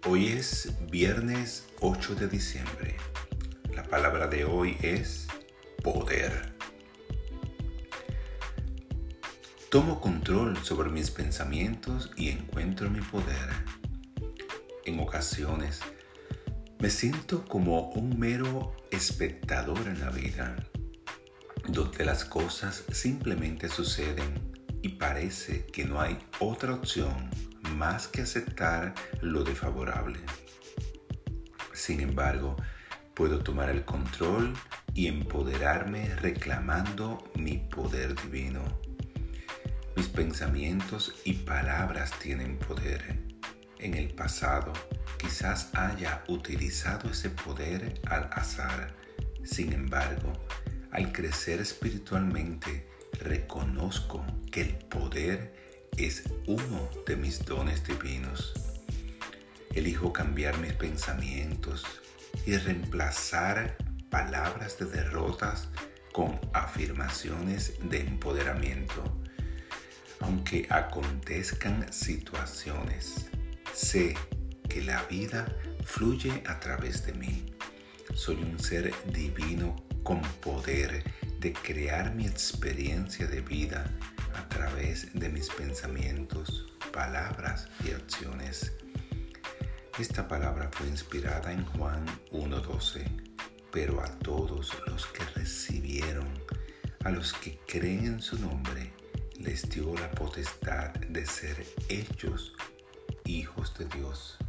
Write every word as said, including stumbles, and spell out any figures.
Hoy es viernes ocho de diciembre. La palabra de hoy es poder. Tomo control sobre mis pensamientos y encuentro mi poder. En ocasiones me siento como un mero espectador en la vida, donde las cosas simplemente suceden y parece que no hay otra opción más que aceptar lo desfavorable. Sin embargo, puedo tomar el control y empoderarme reclamando mi poder divino. Mis pensamientos y palabras tienen poder. En el pasado, quizás haya utilizado ese poder al azar. Sin embargo, al crecer espiritualmente, reconozco que el poder es uno de mis dones divinos. Elijo cambiar mis pensamientos y reemplazar palabras de derrotas con afirmaciones de empoderamiento. Aunque acontezcan situaciones, sé que la vida fluye a través de mí. Soy un ser divino con poder de crear mi experiencia de vida a través de mis pensamientos, palabras y acciones. Esta palabra fue inspirada en Juan uno doce, pero a todos los que recibieron, a los que creen en su nombre, les dio la potestad de ser hechos hijos de Dios.